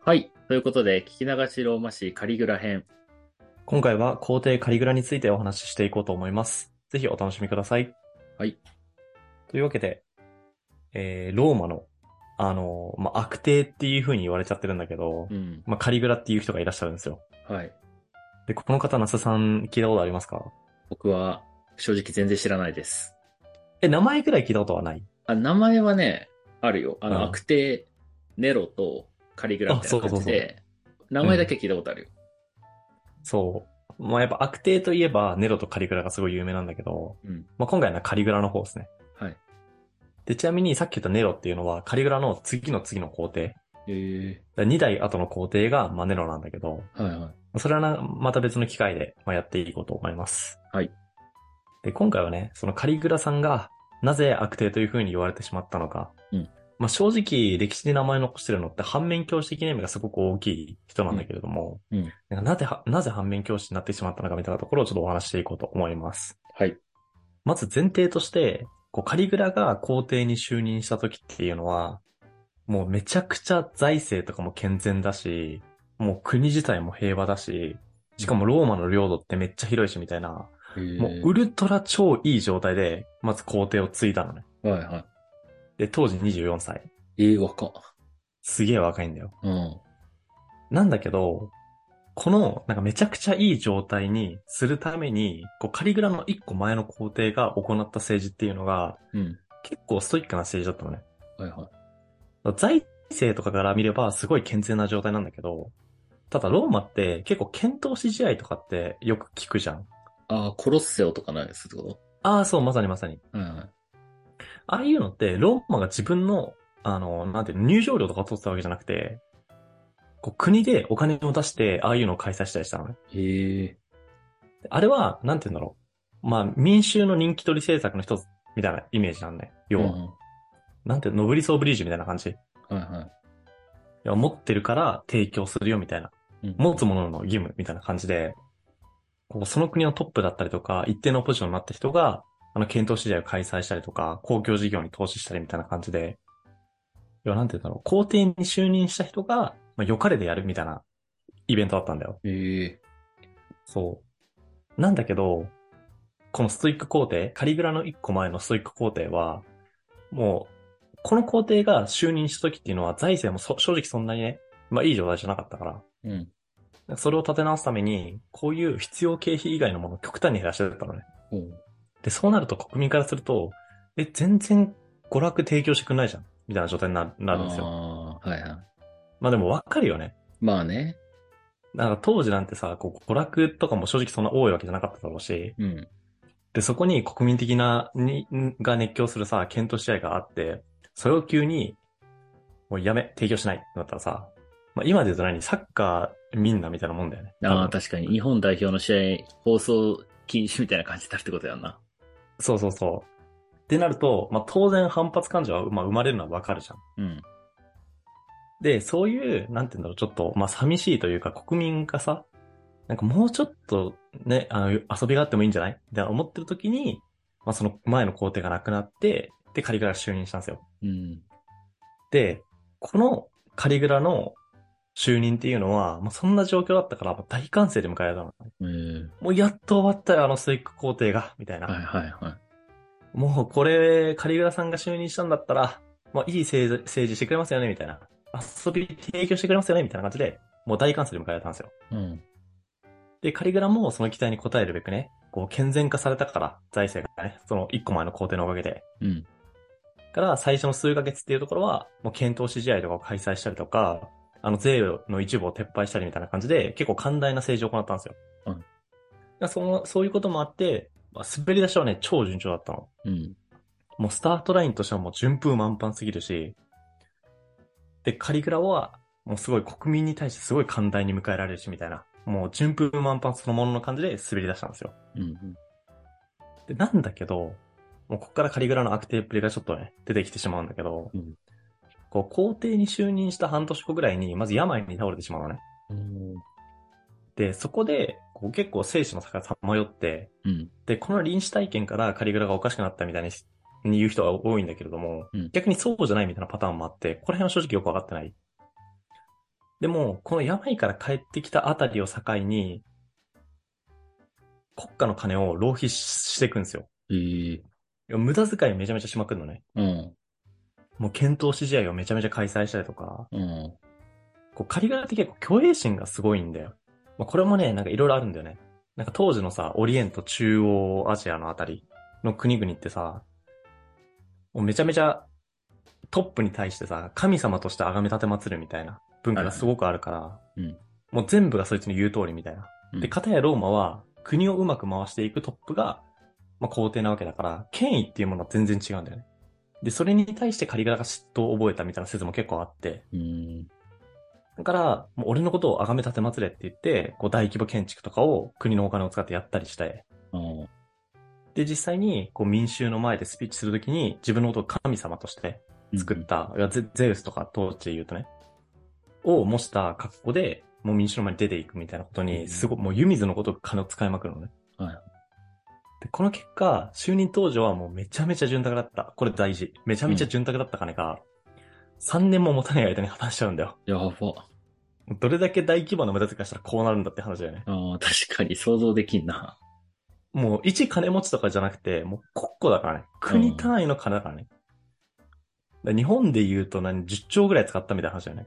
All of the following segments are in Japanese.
はい。ということで、聞き流しローマ史カリグラ編。 今回は皇帝カリグラについてお話ししていこうと思います。ぜひお楽しみください。 はい。 というわけで、ローマの、悪帝っていう風に言われちゃってるんだけど、 うん。 カリグラっていう人がいらっしゃるんですよ。 はい。 で、この方、那須さん聞いたことありますか？ 僕は、正直全然知らないです。 名前くらい聞いたことはない？ 名前はね、あるよ。悪うん。 帝、ネロとカリグラみあ、 たいなそうそうそ感じで、名う。うん。 前だけ聞いたことあるよ。 そう。やっぱ悪帝といえば、ネロとカリグラがすごい有名なんだけど、 うん。 今回のはカリグラの方ですね。 はい。 で、ちなみにさっき言ったネロっていうのは、カリグラの次の次の皇帝。 え 2代後の皇帝が、ネロなんだけど、 はいはい。 それはまた別の機会で、やっていこうと思います。 はい。 で、今回はね、そのカリグラさんが、なぜ悪帝という風に言われてしまったのか。 うん。 正直、歴史で名前を残してるのって反面教師的な意味がすごく大きい人なんだうん。 けれども、 うん。 なぜ反面教師になってしまったのかみたいなところをちょっとお話ししていこうと思います。 はい。 まず前提として、カリグラが皇帝に就任した時っていうのは、もうめちゃくちゃ財政とかも健全だし、もう国自体も平和だし、 うん。 しかもローマの領土ってめっちゃ広いしみたいな、もうえウルトラ超いい状態で、まず皇帝を継いだのね。 はいはで、当時24歳。 い。若っ。 すげえ若いんだよ。 うん。 なんだけど、この、めちゃくちゃいい状態にするために、カリグラの一個前の皇帝が行った政治っていうのが、 うん。 結構ストイックな政治だったのね。 はいは財政とかから見ればすごい健全な状態なんだけど、ただローマって結構剣闘士試合とかってよく聞くじゃん。 コロッセオとかのやつってこああ、そう、まさにまさに。 と？はいはい。 ああいうのってローマが自分の、なんていうの、入場料とか取ってたわけじゃなくて、国でお金を出してああいうのを開催したりしたのね。 へえ。 あれは、なんていうんだろう。民衆の人気取り政策の一つみたいなイメージなんだよ。要は。 うんうん。 なんていうの、ノブリソーブリージュみたいな感じ。いはいはや、持ってるから提供するよみたいな。 い。うんうん。 持つものの義務みたいな感じで、その国のトップだったりとか、一定のポジションになった人が、検討試合を開催したりとか、公共事業に投資したりみたいな感じで、要はなんて言うんだろう、皇帝に就任した人が、良かれでやるみたいなイベントだったんだよ。 へえ。 そう。なんだけど、このストイック皇帝、カリグラの一個前のストイック皇帝は、もこの皇帝が就任した時っていうのは財政も正直そんなにね、いい状態じゃなかったかうん。 ら、それを立て直すために、こういう必要経費以外のものを極端に減らしてたのね。 おう。 で、そうなると国民からすると、全然娯楽提供してくんないじゃん。みたいな状態になるんですよ。 ああ、はいはい。 でもわかるよね。 まあね。 当時なんてさ、娯楽とかも正直そんな多いわけじゃなかっただろうし、 うん。 で、そこに国民的な、が熱狂するさ、検討試合があって、それを急に、もうやめ、提供しないってなったらさ、今で言うとサッカーみんなみたいなもんだよね。多ああ、 分。 確かに。日本代表の試合、放送禁止みたいな感じになるってことやんな。 そうそうそう。ってなると、当然反発感情は、生まれるのはわかるじゃん。 うん。 で、そういう、なんて言うんだろう、ちょっと、寂しいというか、国民がさ、もうちょっとね、遊びがあってもいいんじゃないみたいな思ってる時に、その前の皇帝が亡くなって、で、カリグラが就任したんですよ。 うん。 で、このカリグラの就任っていうのは、そんな状況だったから、大歓声で迎えられたの。 ええ。 もうやっと終わったよ、あのスイック皇帝が、みたいな。 はいはいはい。 もうこれ、カリグラさんが就任したんだったら、いい政治してくれますよね、みたいな。遊び提供してくれますよね、みたいな感じで、もう大歓声で迎えられたんですよ。 うん。 で、カリグラもその期待に応えるべくね、健全化されたから、財政がね、その一個前の皇帝のおかげで。 うん。 から最初の数ヶ月っていうところは、もう検討試合とかを開催したりとか、税の一部を撤廃したりみたいな感じで、結構寛大な政治を行ったんですよ。 はい。 そういうこともあって、滑り出しはね、超順調だったの。 うん。 もうスタートラインとしてはもう順風満帆すぎるし、で、カリグラは、もうすごい国民に対してすごい寛大に迎えられるしみたいな、もう順風満帆そのものの感じで滑り出したんですよ。 うん。 で、なんだけど、もうここからカリグラの悪手っぷりがちょっとね、出てきてしまうんだけど、 うん。 皇帝に就任した半年後ぐらいに、まず病に倒れてしまうのね。 うん。 で、そこで、結構生死の差がさまよって、 うん。 で、この臨死体験からカリグラがおかしくなったみたいに言う人が多いんだけれども、 うん。 逆にそうじゃないみたいなパターンもあって、ここら辺は正直よくわかってない。 でも、この病から帰ってきたあたりを境に、国家の金を浪費していくんですよ。 ええ。 いや無駄遣いめちゃめちゃしまくるのね。 うん。 もう検討し試合をめちゃめちゃ開催したりとか、 うん。 こう、カリグラって結構虚栄心がすごいんだよ。まあ、これもね、なんかいろいろあるんだよね。なんか当時のさ、オリエント中央アジアのあたりの国々ってさ、もうめちゃめちゃトップに対してさ、神様として崇め立て祀るみたいな文はいはい。 化がすごくあるから、 うん。 もう全部がそいつの言う通りみたいな。で、 うん。 片やローマは国をうまく回していくトップが、まあ、皇帝なわけだから、権威っていうものは全然違うんだよね。で、それに対してカリグラが嫉妬を覚えたみたいな説も結構あって、 うん。 だから、もう俺のことを崇め立てまつれって言って、こう大規模建築とかを国のお金を使ってやったりして、 ああ。 で、実際にこう民衆の前でスピーチするときに自分のことを神様としてうん。 作った、いやゼウスとか当時で言うとね、を模した格好で、もう民衆の前に出ていくみたいなことに、すごい、もう湯水のことが金を使いまくるのね。 はい。 で、この結果、就任当時はもうめちゃめちゃ潤沢だった。これ大事。めちゃめちゃうん。 潤沢だった金が、3年も持たない間に破綻しちゃうんだよ。 やば。 どれだけ大規模な無駄遣いしたらこうなるんだって話だよね。 ああ、確かに想像できんな。 もう、一金持ちとかじゃなくて、もう国庫だからね。 うん。 国単位の金だからね。日本で言うと10兆ぐらい使ったみたいな話だよね。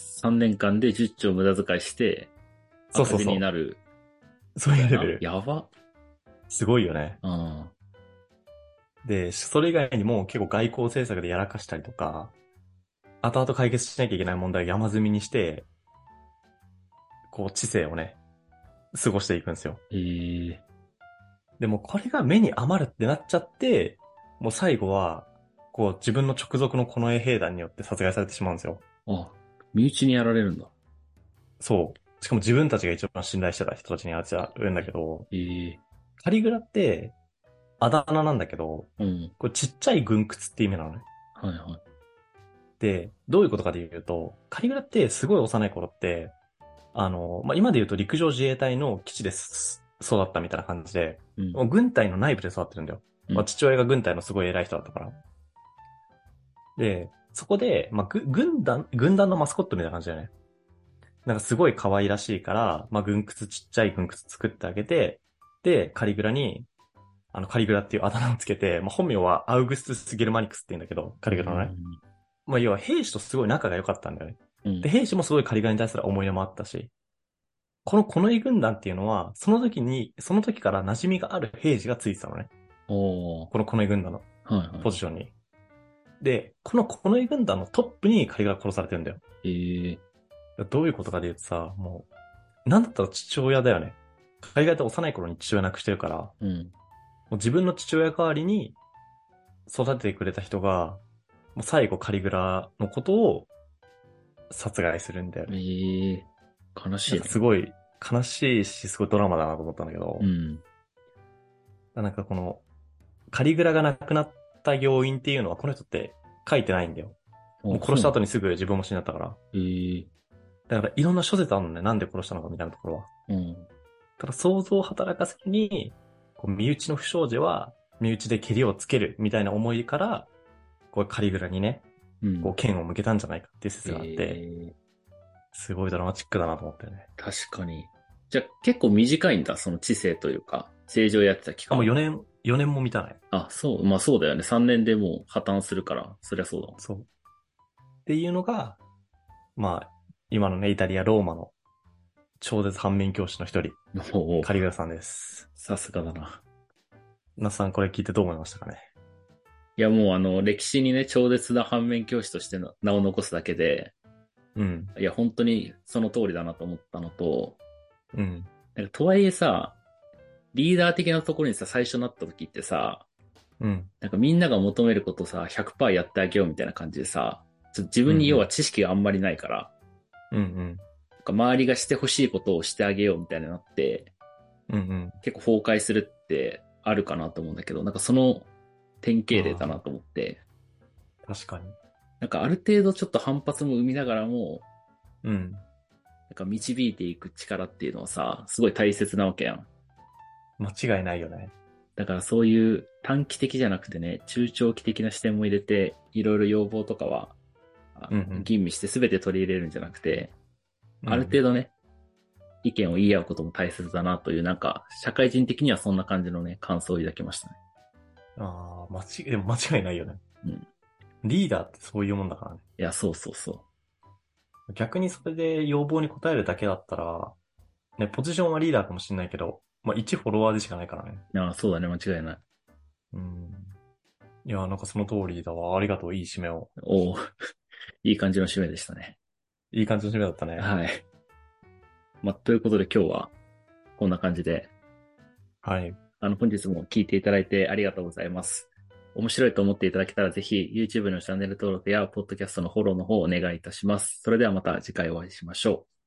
3年間で10兆無駄遣いして、赤字にそうそうそなるう。そうことやな。 いうレベル。 やば。 すごいよね。 うん。 で、それ以外にも結構外交政策でやらかしたりとか、後々解決しなきゃいけない問題を山積みにして、こう知性をね、過ごしていくんですよ。 ええ。 でもこれが目に余るってなっちゃって、もう最後は、こう自分の直属の近衛兵団によって殺害されてしまうんですよ。 あ、身内にやられるんだ。 そう。しかも自分たちが一番信頼してた人たちにやっちゃうんだけど、 ええ。 カリグラってあだ名なんだけど、 うん。 これちっちゃい軍屈って意味なのね。 はいはい。 で、どういうことかで言うと、カリグラってすごい幼い頃って、まあ、今で言うと陸上自衛隊の基地です育ったみたいな感じで、 うん。 もう軍隊の内部で育ってるんだよ。まあ、 うん。 父親が軍隊のすごい偉い人だったから。で、そこで、まあ、軍団のマスコットみたいな感じだよね。なんかすごい可愛らしいから、まあ、ちっちゃい軍靴作ってあげて、で、カリグラに、カリグラっていうあだ名をつけて、まあ、本名はアウグストゥス・ゲルマニクスって言うんだけど、カうリグラのね。 ん。 まあ、要は兵士とすごい仲が良かったんだよね。で、 うん。 兵士もすごいカリグラに対する思い入れもあったし、このイ軍団っていうのは、その時から馴染みがある兵士がついてたのね。 おー。 このイ軍団のはいはポジションに。で、このイ軍団のトップにカリグラ殺されてるんだよ。 い。ええ。 どういうことかで言うとさ、もう、なんだったら父親だよね。カリグラって幼い頃に父親亡くしてるから、もうん。 う自分の父親代わりに育ててくれた人が、もう最後カリグラのことを殺害するんだよね。 ええ。悲なんしいね。 かすごい悲しいし、すごいドラマだなと思ったんだけど、 うん。 なんかこの、カリグラが亡くなった要因っていうのはこの人って書いてないんだよ。もあ、 う殺したそうなの。 後にすぐ自分も死んだったから。 ええ。 だからいろんな諸説あるのね。なんで殺したのかみたいなところは。 うん。 ただ想像を働かせに、こう身内の不祥事は身内でケリをつけるみたいな思いから、こうカリグラにね、 うん。 こう剣を向けたんじゃないかっていう説があって、 ええ。 すごいドラマチックだなと思ったよね。 確かに。じゃあ結構短いんだ、その知性というか、正常やってた期あ、もう間は。 4年も満たない。 あ、そう、まあそうだよね。3年でもう破綻するから、そりゃそうだそう。っていうのが、まあ、今のね、イタリア・ローマの超絶反面教師の一人、 もん。おお、 カリグラさんです。 さすがだな。 那須さんこれ聞いてどう思いましたかね？ いやもう歴史にね、超絶な反面教師としての名を残すだけで、 うん。 いや本当にその通りだなと思ったのと、 うん。 なんかとはいえさ、リーダー的なところにさ、最初になった時ってさ、 うん。 なんかみんなが求めることさ、100%やってあげようみたいな感じでさ、自分に要はうん。 知識があんまりないから、 うん。うん。 なんか周りがしてほしいことをしてあげようみたいになって、 うん。うん。 結構崩壊するってあるかなと思うんだけど、なんかその典型例だなあと思って、 あ、確かに。 なんかある程度ちょっと反発も生みながらも、 うん。 なんか導いていく力っていうのはさ、すごい大切なわけやん。 間違いないよね。 だからそういう短期的じゃなくてね、中長期的な視点も入れて、いろいろ要望とかは、 うん。 吟味して全て取り入れるんじゃなくて、 あるうん。 程度ね、意見を言い合うことも大切だなという、なんか、社会人的にはそんな感じのね、感想を抱きましたね。 ああ、でも間違いないよね。 うん。 リーダーってそういうもんだからね。 いや、そうそうそ逆にそれで要望に応えるだけだったら、ね、ポジションはリーダーかもしれないけど、まあ一フォロワーでしかないからね。 う。ああ、そうだね、間違いない。 うん。いや、なんかその通りだわ。ありがとう。いい締めを。 おお、いい感じの締めでしたね。 いい感じの締めだったね。 はい。まあ、ということで今日はこんな感じで、 はい。 本日も聞いていただいてありがとうございます。面白いと思っていただけたらぜひ YouTube のチャンネル登録や Podcast のフォローの方をお願いいたします。それではまた次回お会いしましょう。